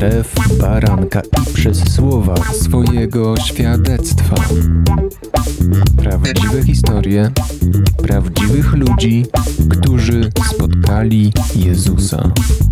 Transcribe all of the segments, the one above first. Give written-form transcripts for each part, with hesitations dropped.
krew baranka i przez słowa swojego świadectwa. Prawdziwe historie prawdziwych ludzi, którzy spotkali Jezusa.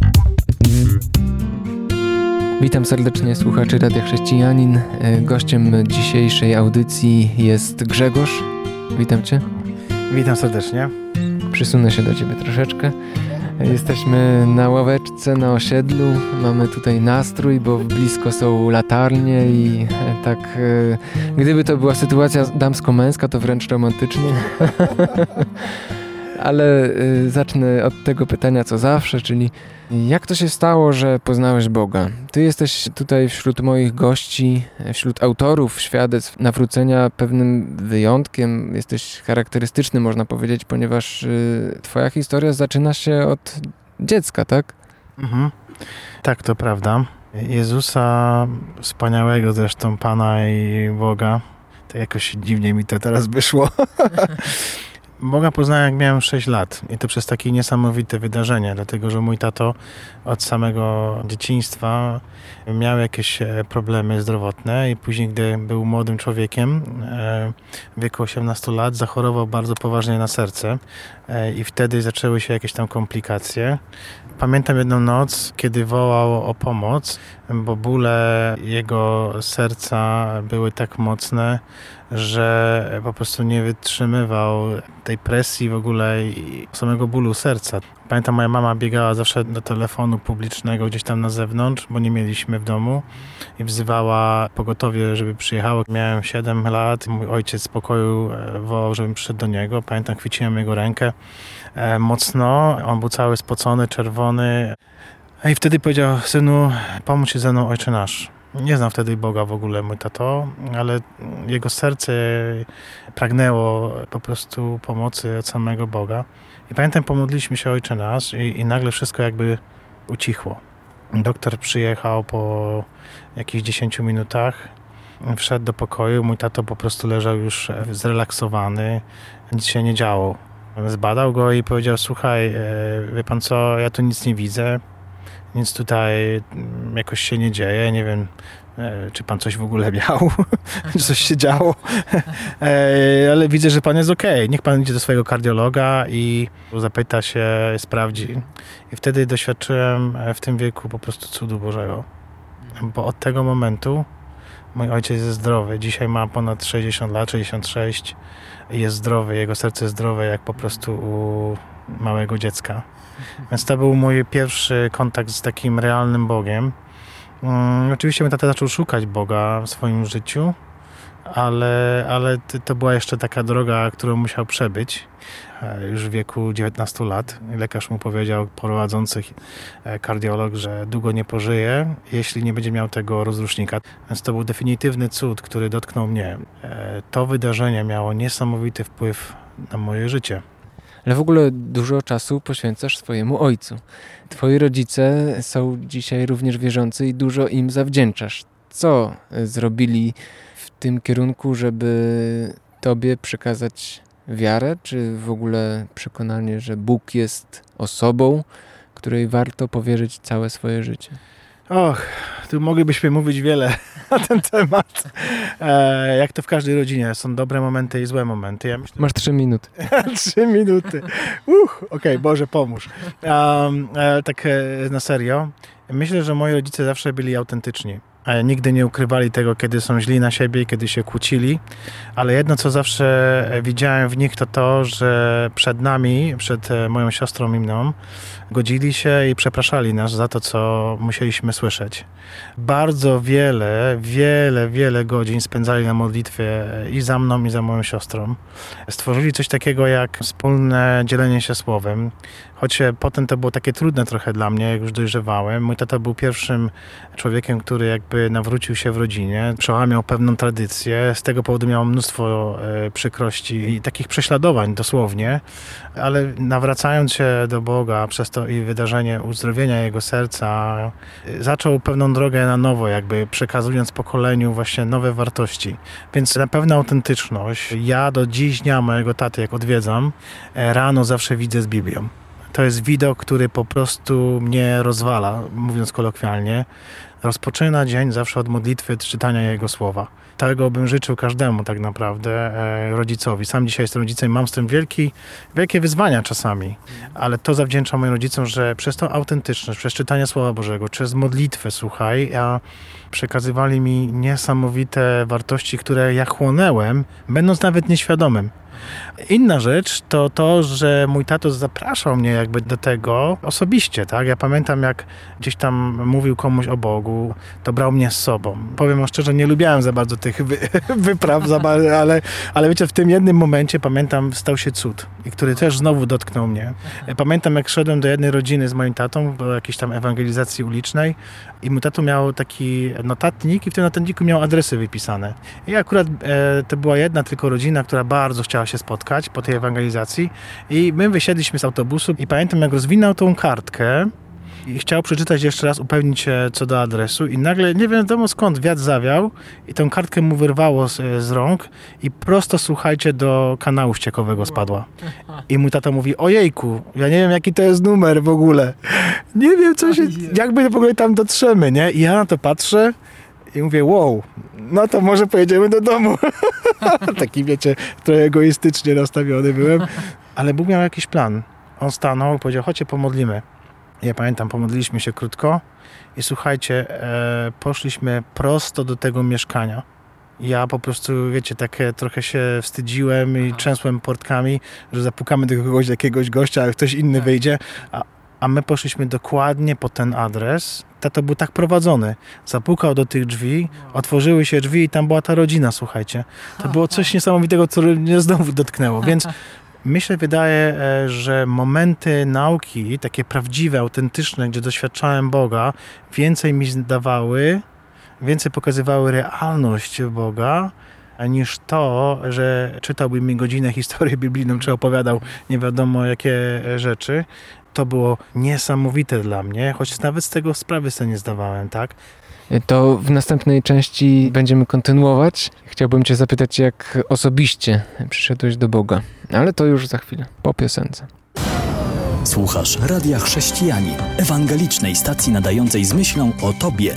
Witam serdecznie słuchaczy Radia Chrześcijanin. Gościem dzisiejszej audycji jest Grzegorz. Witam Cię. Witam serdecznie. Przysunę się do Ciebie troszeczkę. Jesteśmy na ławeczce na osiedlu. Mamy tutaj nastrój, bo blisko są latarnie i tak gdyby to była sytuacja damsko-męska, to wręcz romantycznie. Ale zacznę od tego pytania, co zawsze, czyli jak to się stało, że poznałeś Boga? Ty jesteś tutaj wśród moich gości, wśród autorów świadectw nawrócenia pewnym wyjątkiem. Jesteś charakterystyczny, można powiedzieć, ponieważ twoja historia zaczyna się od dziecka, tak? Mhm. Tak, to prawda. Jezusa, wspaniałego zresztą Pana i Boga. Tak jakoś dziwnie mi to teraz wyszło. Boga poznałem, jak miałem 6 lat i to przez takie niesamowite wydarzenie, dlatego że mój tato od samego dzieciństwa miał jakieś problemy zdrowotne i później, gdy był młodym człowiekiem, w wieku 18 lat, zachorował bardzo poważnie na serce i wtedy zaczęły się jakieś tam komplikacje. Pamiętam jedną noc, kiedy wołał o pomoc, bo bóle jego serca były tak mocne, że po prostu nie wytrzymywał tej presji w ogóle i samego bólu serca. Pamiętam, moja mama biegała zawsze do telefonu publicznego gdzieś tam na zewnątrz, bo nie mieliśmy w domu i wzywała pogotowie, żeby przyjechało. Miałem 7 lat, mój ojciec z pokoju wołał, żebym przyszedł do niego. Pamiętam, chwyciłem jego rękę mocno, on był cały spocony, czerwony. I wtedy powiedział: synu, pomóż się ze mną, Ojcze nasz. Nie znam wtedy Boga w ogóle, mój tato, ale jego serce pragnęło po prostu pomocy od samego Boga. I pamiętam, pomodliliśmy się Ojcze nasz i nagle wszystko jakby ucichło. Doktor przyjechał po jakichś 10 minutach, wszedł do pokoju, mój tato po prostu leżał już zrelaksowany, nic się nie działo. Zbadał go i powiedział: słuchaj, wie pan co, ja tu nic nie widzę, nic tutaj jakoś się nie dzieje, nie wiem, czy pan coś w ogóle miał, czy coś się działo, ale widzę, że pan jest okej. Niech pan idzie do swojego kardiologa i zapyta się, sprawdzi. I wtedy doświadczyłem w tym wieku po prostu cudu Bożego, bo od tego momentu mój ojciec jest zdrowy. Dzisiaj ma ponad 60 lat, 66 i jest zdrowy. Jego serce jest zdrowe jak po prostu u małego dziecka. Więc to był mój pierwszy kontakt z takim realnym Bogiem. Oczywiście mój tata zaczął szukać Boga w swoim życiu, ale to była jeszcze taka droga, którą musiał przebyć. Już w wieku 19 lat lekarz mu powiedział, prowadzący kardiolog, że długo nie pożyje, jeśli nie będzie miał tego rozrusznika. Więc to był definitywny cud, który dotknął mnie. To wydarzenie miało niesamowity wpływ na moje życie. Ale w ogóle dużo czasu poświęcasz swojemu ojcu. Twoi rodzice są dzisiaj również wierzący i dużo im zawdzięczasz. Co zrobili w tym kierunku, żeby tobie przekazać wiarę, czy w ogóle przekonanie, że Bóg jest osobą, której warto powierzyć całe swoje życie? Och, tu moglibyśmy mówić wiele na ten temat. Jak to w każdej rodzinie. Są dobre momenty i złe momenty. Ja myślę, masz 3 minuty. 3 minuty. Okej, Boże pomóż. Tak na serio. Myślę, że moi rodzice zawsze byli autentyczni. Nigdy nie ukrywali tego, kiedy są źli na siebie i kiedy się kłócili. Ale jedno, co zawsze widziałem w nich, to to, że przed nami, przed moją siostrą i mną, godzili się i przepraszali nas za to, co musieliśmy słyszeć. Bardzo wiele godzin spędzali na modlitwie i za mną, i za moją siostrą. Stworzyli coś takiego jak wspólne dzielenie się słowem. Choć potem to było takie trudne trochę dla mnie, jak już dojrzewałem. Mój tata był pierwszym człowiekiem, który jakby nawrócił się w rodzinie. Przełamał pewną tradycję. Z tego powodu miał mnóstwo przykrości i takich prześladowań dosłownie. Ale nawracając się do Boga przez to i wydarzenie uzdrowienia jego serca, zaczął pewną drogę na nowo, jakby przekazując pokoleniu właśnie nowe wartości. Więc na pewno autentyczność. Ja do dziś dnia mojego taty, jak odwiedzam, rano zawsze widzę z Biblią. To jest widok, który po prostu mnie rozwala, mówiąc kolokwialnie. Rozpoczyna dzień zawsze od modlitwy, od czytania Jego słowa. Tego bym życzył każdemu tak naprawdę rodzicowi. Sam dzisiaj jestem rodzicem i mam z tym wielkie wyzwania czasami, ale to zawdzięczam moim rodzicom, że przez tą autentyczność, przez czytanie Słowa Bożego, przez modlitwę, przekazywali mi niesamowite wartości, które ja chłonęłem, będąc nawet nieświadomym. Inna rzecz to to, że mój tato zapraszał mnie jakby do tego osobiście, tak? Ja pamiętam, jak gdzieś tam mówił komuś o Bogu, to brał mnie z sobą. Powiem wam szczerze, nie lubiałem za bardzo tych wypraw, ale wiecie, w tym jednym momencie pamiętam, stał się cud, i który też znowu dotknął mnie. Pamiętam, jak szedłem do jednej rodziny z moim tatą, do jakiejś tam ewangelizacji ulicznej i mój tato miał taki notatnik i w tym notatniku miał adresy wypisane. I akurat to była jedna tylko rodzina, która bardzo chciała się spotkać po tej ewangelizacji i my wysiedliśmy z autobusu i pamiętam, jak rozwinął tą kartkę i chciał przeczytać jeszcze raz, upewnić się co do adresu i nagle, nie wiadomo skąd, wiatr zawiał i tą kartkę mu wyrwało z rąk i prosto, słuchajcie, do kanału ściekowego spadła. I mój tata mówi, ojejku, ja nie wiem, jaki to jest numer w ogóle. Nie wiem, jakby w ogóle tam dotrzemy, nie? I ja na to patrzę i mówię, wow, no to może pojedziemy do domu. Taki, wiecie, trochę egoistycznie nastawiony byłem. Ale Bóg miał jakiś plan. On stanął i powiedział, chodźcie, pomodlimy. Ja pamiętam, pomodliliśmy się krótko i słuchajcie, poszliśmy prosto do tego mieszkania. Ja po prostu, wiecie, tak trochę się wstydziłem i trzęsłem portkami, że zapukamy do kogoś, jakiegoś gościa, a ktoś inny wyjdzie. A my poszliśmy dokładnie po ten adres. Tato był tak prowadzony. Zapukał do tych drzwi, otworzyły się drzwi i tam była ta rodzina, słuchajcie. To było coś niesamowitego, co mnie znowu dotknęło. Więc wydaje, że momenty nauki, takie prawdziwe, autentyczne, gdzie doświadczałem Boga, więcej mi dawały, więcej pokazywały realność Boga, niż to, że czytałbym mi godzinę historię biblijną, czy opowiadał nie wiadomo jakie rzeczy. To było niesamowite dla mnie, choć nawet z tego sprawy sobie nie zdawałem, tak? To w następnej części będziemy kontynuować. Chciałbym cię zapytać, jak osobiście przyszedłeś do Boga, ale to już za chwilę, po piosence. Słuchasz Radia Chrześcijanin, ewangelicznej stacji nadającej z myślą o Tobie.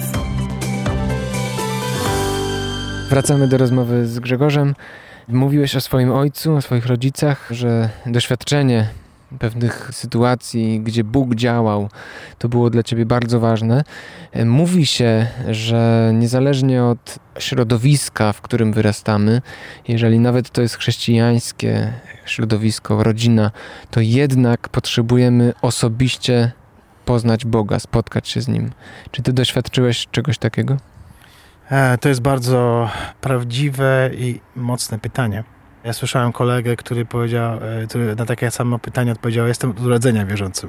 Wracamy do rozmowy z Grzegorzem. Mówiłeś o swoim ojcu, o swoich rodzicach, że doświadczenie pewnych sytuacji, gdzie Bóg działał, to było dla ciebie bardzo ważne. Mówi się, że niezależnie od środowiska, w którym wyrastamy, jeżeli nawet to jest chrześcijańskie środowisko, rodzina, to jednak potrzebujemy osobiście poznać Boga, spotkać się z Nim. Czy ty doświadczyłeś czegoś takiego? To jest bardzo prawdziwe i mocne pytanie. Ja słyszałem kolegę, który powiedział, który na takie samo pytanie odpowiedział, jestem od urodzenia wierzącym.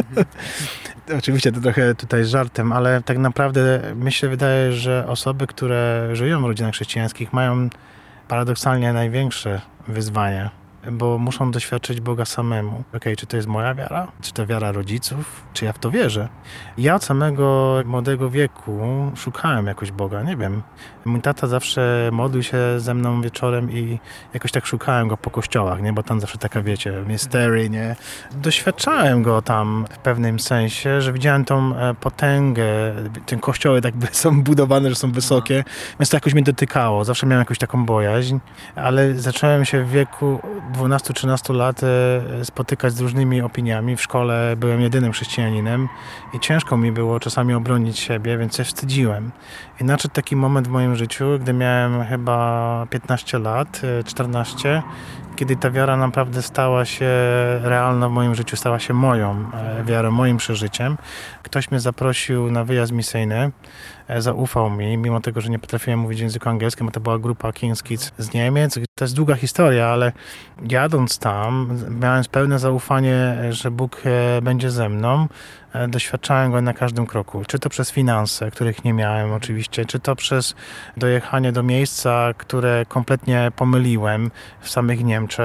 Oczywiście to trochę tutaj żartem, ale tak naprawdę mi się wydaje, że osoby, które żyją w rodzinach chrześcijańskich, mają paradoksalnie największe wyzwanie, bo muszą doświadczyć Boga samemu. Okej, czy to jest moja wiara? Czy to wiara rodziców? Czy ja w to wierzę? Ja od samego młodego wieku szukałem jakoś Boga, nie wiem. Mój tata zawsze modlił się ze mną wieczorem i jakoś tak szukałem go po kościołach, nie? Bo tam zawsze taka, wiecie, mystery, nie? Doświadczałem go tam w pewnym sensie, że widziałem tą potęgę. Te kościoły tak są budowane, że są wysokie, więc to jakoś mnie dotykało. Zawsze miałem jakąś taką bojaźń, ale zacząłem się w wieku 12-13 lat spotykać z różnymi opiniami. W szkole byłem jedynym chrześcijaninem i ciężko mi było czasami obronić siebie, więc się wstydziłem. I nadszedł taki moment w moim życiu, gdy miałem chyba 15 lat, 14, kiedy ta wiara naprawdę stała się realna w moim życiu, stała się moją wiarą, moim przeżyciem. Ktoś mnie zaprosił na wyjazd misyjny, zaufał mi, mimo tego, że nie potrafiłem mówić w języku angielskim, bo to była grupa King's Kids z Niemiec. To jest długa historia, ale jadąc tam, miałem pełne zaufanie, że Bóg będzie ze mną. Doświadczałem go na każdym kroku. Czy to przez finanse, których nie miałem oczywiście, czy to przez dojechanie do miejsca, które kompletnie pomyliłem w samych Niemczech.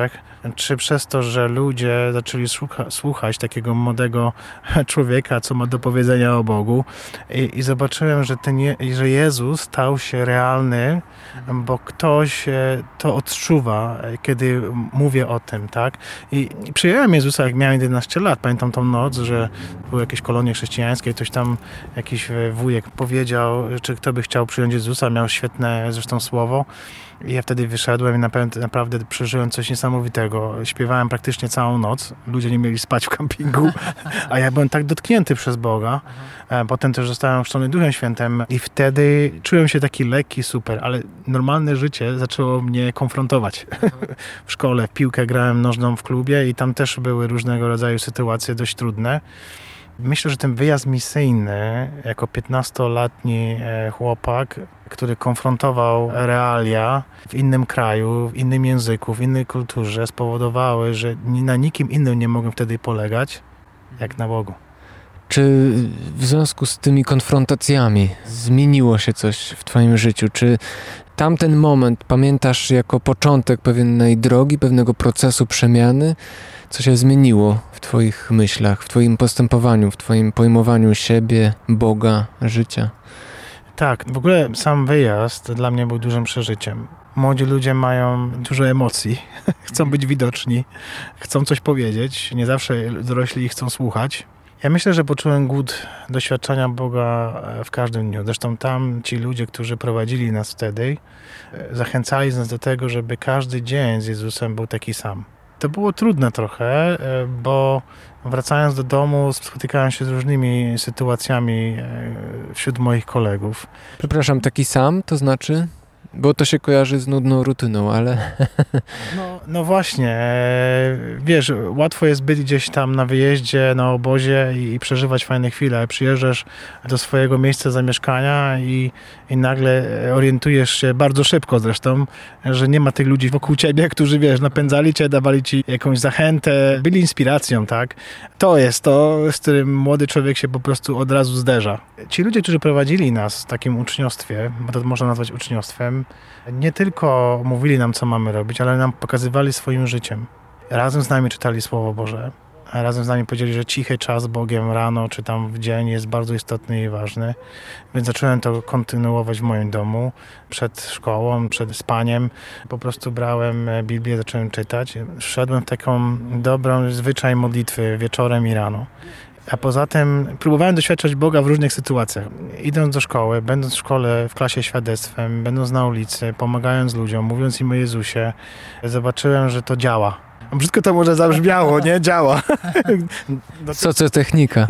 czy przez to, że ludzie zaczęli słuchać takiego młodego człowieka, co ma do powiedzenia o Bogu i zobaczyłem, że Jezus stał się realny, bo ktoś to odczuwa, kiedy mówię o tym, tak? I przyjąłem Jezusa, jak miałem 11 lat. Pamiętam tą noc, że były jakieś kolonie chrześcijańskie, ktoś tam, jakiś wujek powiedział, czy kto by chciał przyjąć Jezusa, miał świetne zresztą słowo. I ja wtedy wyszedłem i naprawdę przeżyłem coś niesamowitego. Śpiewałem praktycznie całą noc. Ludzie nie mieli spać w kampingu, a ja byłem tak dotknięty przez Boga. Potem też zostałem chrzczony Duchem Świętym i wtedy czułem się taki lekki, super, ale normalne życie zaczęło mnie konfrontować. W szkole, w piłkę grałem nożną w klubie i tam też były różnego rodzaju sytuacje dość trudne. Myślę, że ten wyjazd misyjny, jako 15-letni chłopak, który konfrontował realia w innym kraju, w innym języku, w innej kulturze, spowodowały, że na nikim innym nie mogłem wtedy polegać, jak na Bogu. Czy w związku z tymi konfrontacjami zmieniło się coś w twoim życiu? Czy tamten moment pamiętasz jako początek pewnej drogi, pewnego procesu przemiany? Co się zmieniło w twoich myślach, w twoim postępowaniu, w twoim pojmowaniu siebie, Boga, życia? Tak, w ogóle sam wyjazd dla mnie był dużym przeżyciem. Młodzi ludzie mają dużo emocji, chcą być widoczni, chcą coś powiedzieć, nie zawsze dorośli ich chcą słuchać. Ja myślę, że poczułem głód doświadczenia Boga w każdym dniu. Zresztą tam ci ludzie, którzy prowadzili nas wtedy, zachęcali nas do tego, żeby każdy dzień z Jezusem był taki sam. To było trudne trochę, bo wracając do domu spotykałem się z różnymi sytuacjami wśród moich kolegów. Przepraszam, taki sam to znaczy? Bo to się kojarzy z nudną rutyną, ale... No właśnie, wiesz, łatwo jest być gdzieś tam na wyjeździe, na obozie i przeżywać fajne chwile. Przyjeżdżasz do swojego miejsca zamieszkania i nagle orientujesz się bardzo szybko zresztą, że nie ma tych ludzi wokół ciebie, którzy, wiesz, napędzali cię, dawali ci jakąś zachętę, byli inspiracją, tak? To jest to, z którym młody człowiek się po prostu od razu zderza. Ci ludzie, którzy prowadzili nas w takim uczniostwie, bo to można nazwać uczniostwem, nie tylko mówili nam, co mamy robić, ale nam pokazywali swoim życiem. Razem z nami czytali Słowo Boże, a razem z nami powiedzieli, że cichy czas z Bogiem rano czy tam w dzień jest bardzo istotny i ważny. Więc zacząłem to kontynuować w moim domu, przed szkołą, przed spaniem. Po prostu brałem Biblię, zacząłem czytać. Wszedłem w taką dobrą zwyczaj modlitwy wieczorem i rano. A poza tym próbowałem doświadczać Boga w różnych sytuacjach. Idąc do szkoły, będąc w szkole, w klasie świadectwem, będąc na ulicy, pomagając ludziom, mówiąc im o Jezusie, zobaczyłem, że to działa. Brzydko to może zabrzmiało, nie? Działa. Socjotechnika.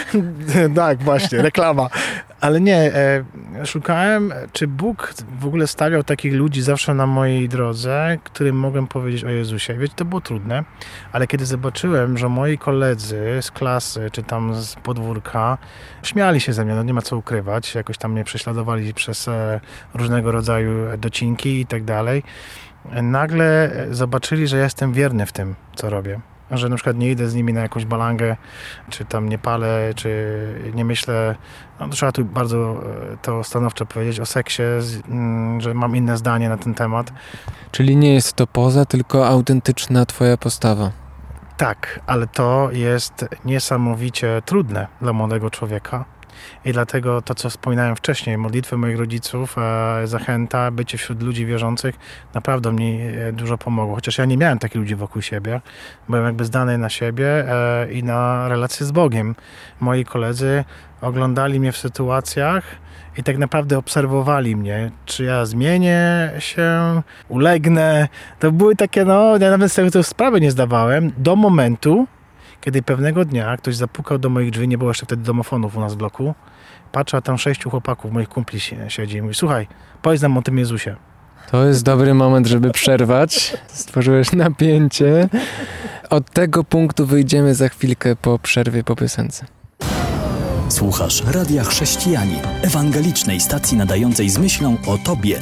Tak, właśnie, reklama. Ale nie, szukałem, czy Bóg w ogóle stawiał takich ludzi zawsze na mojej drodze, którym mogłem powiedzieć o Jezusie. Wiecie, to było trudne, ale kiedy zobaczyłem, że moi koledzy z klasy, czy tam z podwórka, śmiali się ze mnie, no nie ma co ukrywać, jakoś tam mnie prześladowali przez różnego rodzaju docinki i tak dalej, nagle zobaczyli, że ja jestem wierny w tym, co robię. Że na przykład nie idę z nimi na jakąś balangę, czy tam nie palę, czy nie myślę, no trzeba tu bardzo to stanowczo powiedzieć o seksie, że mam inne zdanie na ten temat. Czyli nie jest to poza, tylko autentyczna twoja postawa. Tak, ale to jest niesamowicie trudne dla młodego człowieka. I dlatego to, co wspominałem wcześniej, modlitwy moich rodziców, zachęta, bycie wśród ludzi wierzących naprawdę mi dużo pomogło. Chociaż ja nie miałem takich ludzi wokół siebie. Byłem jakby zdany na siebie i na relacje z Bogiem. Moi koledzy oglądali mnie w sytuacjach i tak naprawdę obserwowali mnie, czy ja zmienię się, ulegnę. To były takie, ja nawet z tego sprawy nie zdawałem, do momentu, kiedy pewnego dnia ktoś zapukał do moich drzwi, nie było jeszcze wtedy domofonów u nas w bloku, patrzę, a tam 6 chłopaków, moich kumpli siedzi i mówi: słuchaj, powiedz nam o tym Jezusie. To jest dobry moment, żeby przerwać. Stworzyłeś napięcie. Od tego punktu wyjdziemy za chwilkę po przerwie, po piosence. Słuchasz Radia Chrześcijanin, ewangelicznej stacji nadającej z myślą o Tobie.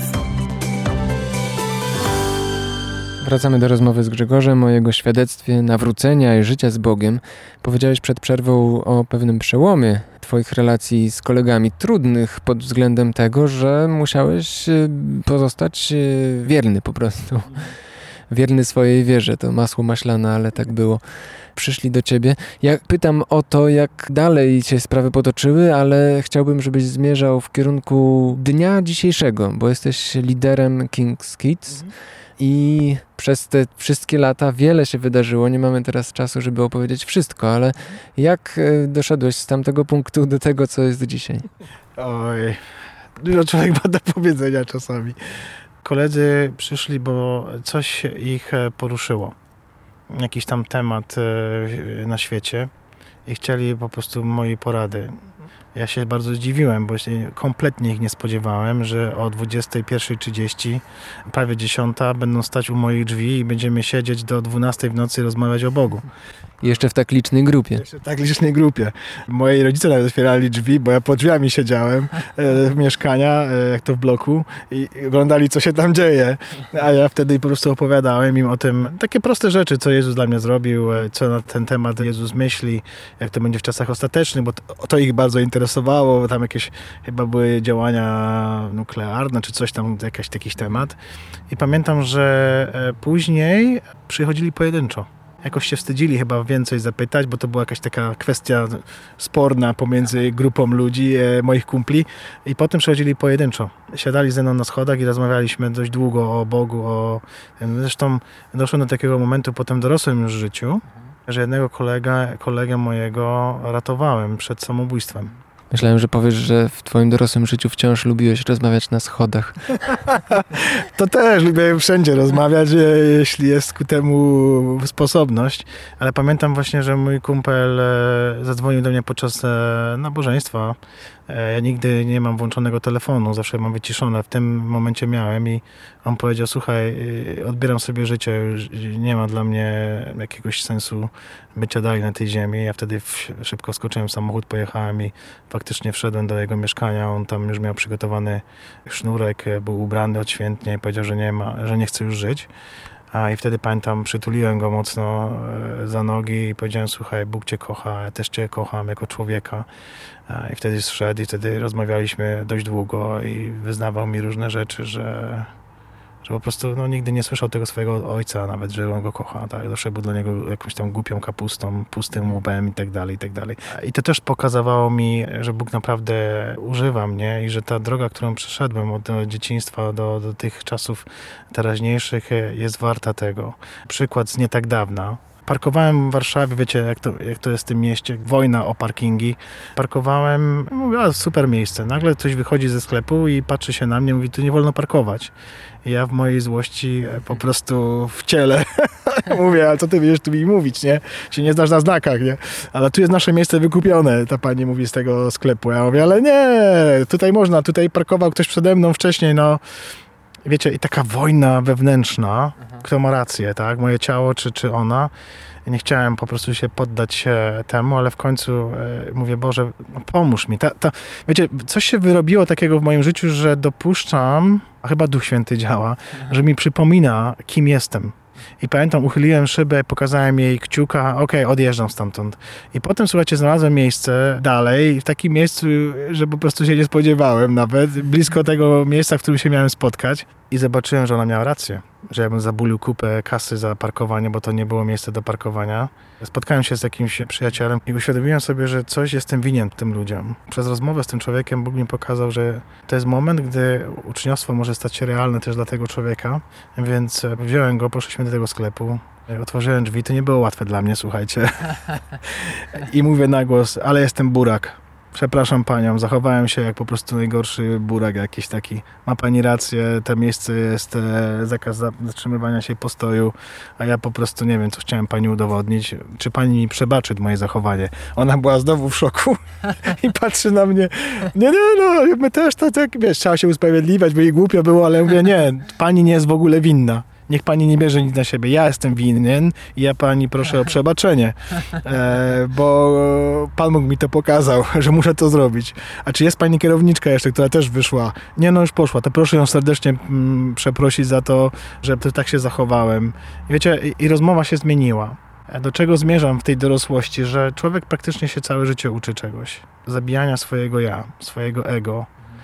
Wracamy do rozmowy z Grzegorzem o jego świadectwie nawrócenia i życia z Bogiem. Powiedziałeś przed przerwą o pewnym przełomie twoich relacji z kolegami, trudnych pod względem tego, że musiałeś pozostać wierny po prostu. wierny swojej wierze, to masło maślane, ale tak było. Przyszli do ciebie. Ja pytam o to, jak dalej się sprawy potoczyły, ale chciałbym, żebyś zmierzał w kierunku dnia dzisiejszego, bo jesteś liderem King's Kids i przez te wszystkie lata wiele się wydarzyło. Nie mamy teraz czasu, żeby opowiedzieć wszystko, ale jak doszedłeś z tamtego punktu do tego, co jest dzisiaj? Oj, dużo człowiek ma do powiedzenia czasami. Koledzy przyszli, bo coś ich poruszyło. Jakiś tam temat na świecie i chcieli po prostu mojej porady. Ja się bardzo zdziwiłem, bo się kompletnie ich nie spodziewałem, że o 21:30, prawie 10, będą stać u moich drzwi i będziemy siedzieć do 12 w nocy i rozmawiać o Bogu. I jeszcze w tak licznej grupie. Jeszcze w tak licznej grupie. Moi rodzice nawet otwierali drzwi, bo ja pod drzwiami siedziałem mieszkania, jak to w bloku, i oglądali, co się tam dzieje. A ja wtedy po prostu opowiadałem im o tym, takie proste rzeczy, co Jezus dla mnie zrobił, co na ten temat Jezus myśli, jak to będzie w czasach ostatecznych, bo to ich bardzo interesowało, bo tam jakieś chyba były działania nuklearne, czy coś tam, jakiś temat. I pamiętam, że później przychodzili pojedynczo. Jakoś się wstydzili chyba więcej zapytać, bo to była jakaś taka kwestia sporna pomiędzy grupą ludzi, moich kumpli. I potem przychodzili pojedynczo. Siadali ze mną na schodach i rozmawialiśmy dość długo o Bogu. Zresztą doszło do takiego momentu potem w dorosłym już życiu, że jednego kolegę mojego ratowałem przed samobójstwem. Myślałem, że powiesz, że w twoim dorosłym życiu wciąż lubiłeś rozmawiać na schodach. To też lubię wszędzie rozmawiać, jeśli jest ku temu sposobność. Ale pamiętam właśnie, że mój kumpel zadzwonił do mnie podczas nabożeństwa. Ja nigdy nie mam włączonego telefonu, zawsze mam wyciszone. W tym momencie miałem i on powiedział: słuchaj, odbieram sobie życie, już nie ma dla mnie jakiegoś sensu bycia dalej na tej ziemi. Ja wtedy szybko skoczyłem w samochód, pojechałem i faktycznie wszedłem do jego mieszkania. On tam już miał przygotowany sznurek, był ubrany odświętnie i powiedział, że nie chce już żyć. I wtedy pamiętam, przytuliłem go mocno za nogi i powiedziałem: słuchaj, Bóg cię kocha, ja też cię kocham jako człowieka. I wtedy zszedł i wtedy rozmawialiśmy dość długo i wyznawał mi różne rzeczy, że po prostu nigdy nie słyszał tego swojego ojca nawet, że on go kocha. Tak? Zawsze był dla niego jakąś tam głupią kapustą, pustym łbem i tak dalej, i tak dalej. I to też pokazywało mi, że Bóg naprawdę używa mnie i że ta droga, którą przeszedłem od dzieciństwa do tych czasów teraźniejszych, jest warta tego. Przykład z nie tak dawna. Parkowałem w Warszawie, wiecie jak to jest w tym mieście, wojna o parkingi. Parkowałem, mówię: super miejsce. Nagle ktoś wychodzi ze sklepu i patrzy się na mnie, mówi: tu nie wolno parkować. I ja w mojej złości po prostu w ciele mówię: a co ty będziesz tu mi mówić, nie? Się nie znasz na znakach, nie? Ale tu jest nasze miejsce wykupione, ta pani mówi z tego sklepu. Ja mówię: ale nie, tutaj można, tutaj parkował ktoś przede mną wcześniej, no. Wiecie, i taka wojna wewnętrzna, kto ma rację, tak? Moje ciało czy ona. Nie chciałem po prostu się poddać temu, ale w końcu mówię: Boże, pomóż mi. Wiecie, coś się wyrobiło takiego w moim życiu, że dopuszczam, a chyba Duch Święty działa, że mi przypomina, kim jestem. I pamiętam, uchyliłem szybę, pokazałem jej kciuka: okej, odjeżdżam stamtąd. I potem, słuchajcie, znalazłem miejsce dalej, w takim miejscu, że po prostu się nie spodziewałem nawet, blisko tego miejsca, w którym się miałem spotkać. I zobaczyłem, że ona miała rację, że ja bym zabulił kupę kasy za parkowanie, bo to nie było miejsce do parkowania. Spotkałem się z jakimś przyjacielem i uświadomiłem sobie, że coś jestem winien tym ludziom. Przez rozmowę z tym człowiekiem Bóg mi pokazał, że to jest moment, gdy uczniostwo może stać się realne też dla tego człowieka, więc wziąłem go, poszliśmy do tego sklepu. Otworzyłem drzwi, to nie było łatwe dla mnie, słuchajcie. I mówię na głos: ale jestem burak. Przepraszam panią, zachowałem się jak po prostu najgorszy burak jakiś taki. Ma pani rację, to miejsce jest zakaz zatrzymywania się i postoju, a ja po prostu nie wiem, co chciałem pani udowodnić. Czy pani mi przebaczy moje zachowanie? Ona była znowu w szoku i patrzy na mnie: nie, no, my też tak, wiesz, trzeba się usprawiedliwiać, bo jej głupio było, ale mówię: nie, pani nie jest w ogóle winna. Niech pani nie bierze nic na siebie. Ja jestem winien i ja pani proszę o przebaczenie, bo Pan Bóg mi to pokazał, że muszę to zrobić. A czy jest pani kierowniczka jeszcze, która też wyszła? Nie, no już poszła. To proszę ją serdecznie przeprosić za to, że tak się zachowałem. I wiecie, i rozmowa się zmieniła. Do czego zmierzam w tej dorosłości? Że człowiek praktycznie się całe życie uczy czegoś. Zabijania swojego ja, swojego ego.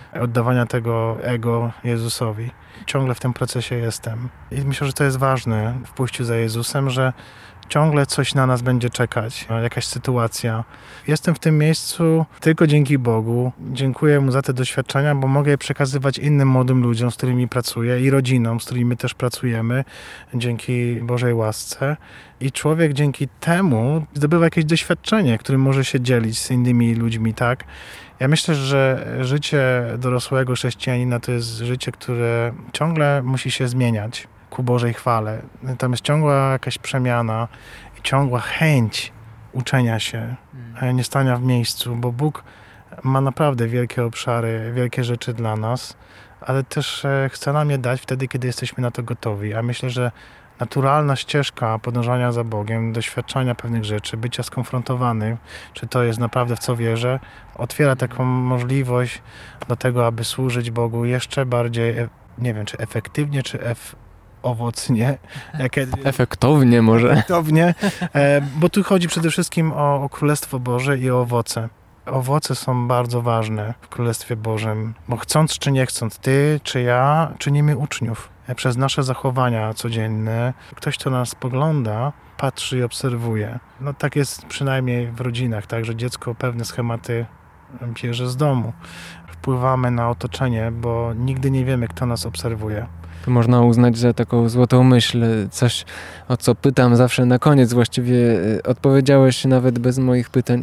oddawania tego ego Jezusowi. Ciągle w tym procesie jestem. I myślę, że to jest ważne w pójściu za Jezusem, że ciągle coś na nas będzie czekać, jakaś sytuacja. Jestem w tym miejscu tylko dzięki Bogu. Dziękuję Mu za te doświadczenia, bo mogę je przekazywać innym młodym ludziom, z którymi pracuję i rodzinom, z którymi też pracujemy, dzięki Bożej łasce. I człowiek dzięki temu zdobywa jakieś doświadczenie, którym może się dzielić z innymi ludźmi, tak? Ja myślę, że życie dorosłego chrześcijanina to jest życie, które ciągle musi się zmieniać ku Bożej chwale. Tam jest ciągła jakaś przemiana i ciągła chęć uczenia się, nie stania w miejscu, bo Bóg ma naprawdę wielkie obszary, wielkie rzeczy dla nas, ale też chce nam je dać wtedy, kiedy jesteśmy na to gotowi. A myślę, że naturalna ścieżka podążania za Bogiem, doświadczania pewnych rzeczy, bycia skonfrontowanym, czy to jest naprawdę w co wierzę, otwiera taką możliwość do tego, aby służyć Bogu jeszcze bardziej, nie wiem, czy efektywnie, czy owocnie. Efektownie może. Efektownie, bo tu chodzi przede wszystkim o Królestwo Boże i o owoce. Owoce są bardzo ważne w Królestwie Bożym, bo chcąc czy nie chcąc, ty czy ja czynimy uczniów. Przez nasze zachowania codzienne, ktoś, kto nas spogląda, patrzy i obserwuje. No tak jest przynajmniej w rodzinach, tak, że dziecko pewne schematy bierze z domu. Wpływamy na otoczenie, bo nigdy nie wiemy, kto nas obserwuje. To można uznać za taką złotą myśl, coś, o co pytam zawsze na koniec. Właściwie odpowiedziałeś nawet bez moich pytań.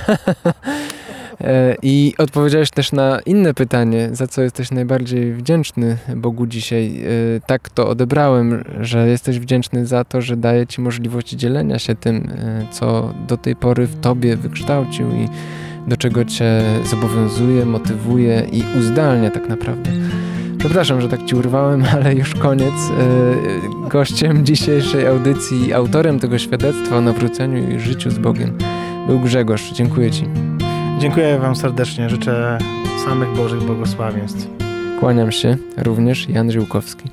I odpowiedziałeś też na inne pytanie, za co jesteś najbardziej wdzięczny Bogu dzisiaj. Tak to odebrałem, że jesteś wdzięczny za to, że daje ci możliwość dzielenia się tym, co do tej pory w tobie wykształcił i do czego cię zobowiązuje, motywuje i uzdalnia tak naprawdę. Przepraszam, że tak ci urwałem, ale już koniec. Gościem dzisiejszej audycji, autorem tego świadectwa o nawróceniu i życiu z Bogiem był Grzegorz. Dziękuję ci. Dziękuję wam serdecznie. Życzę samych Bożych błogosławieństw. Kłaniam się, również Jan Żyłkowski.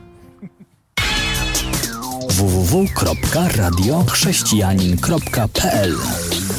www.radiochrześcijanin.pl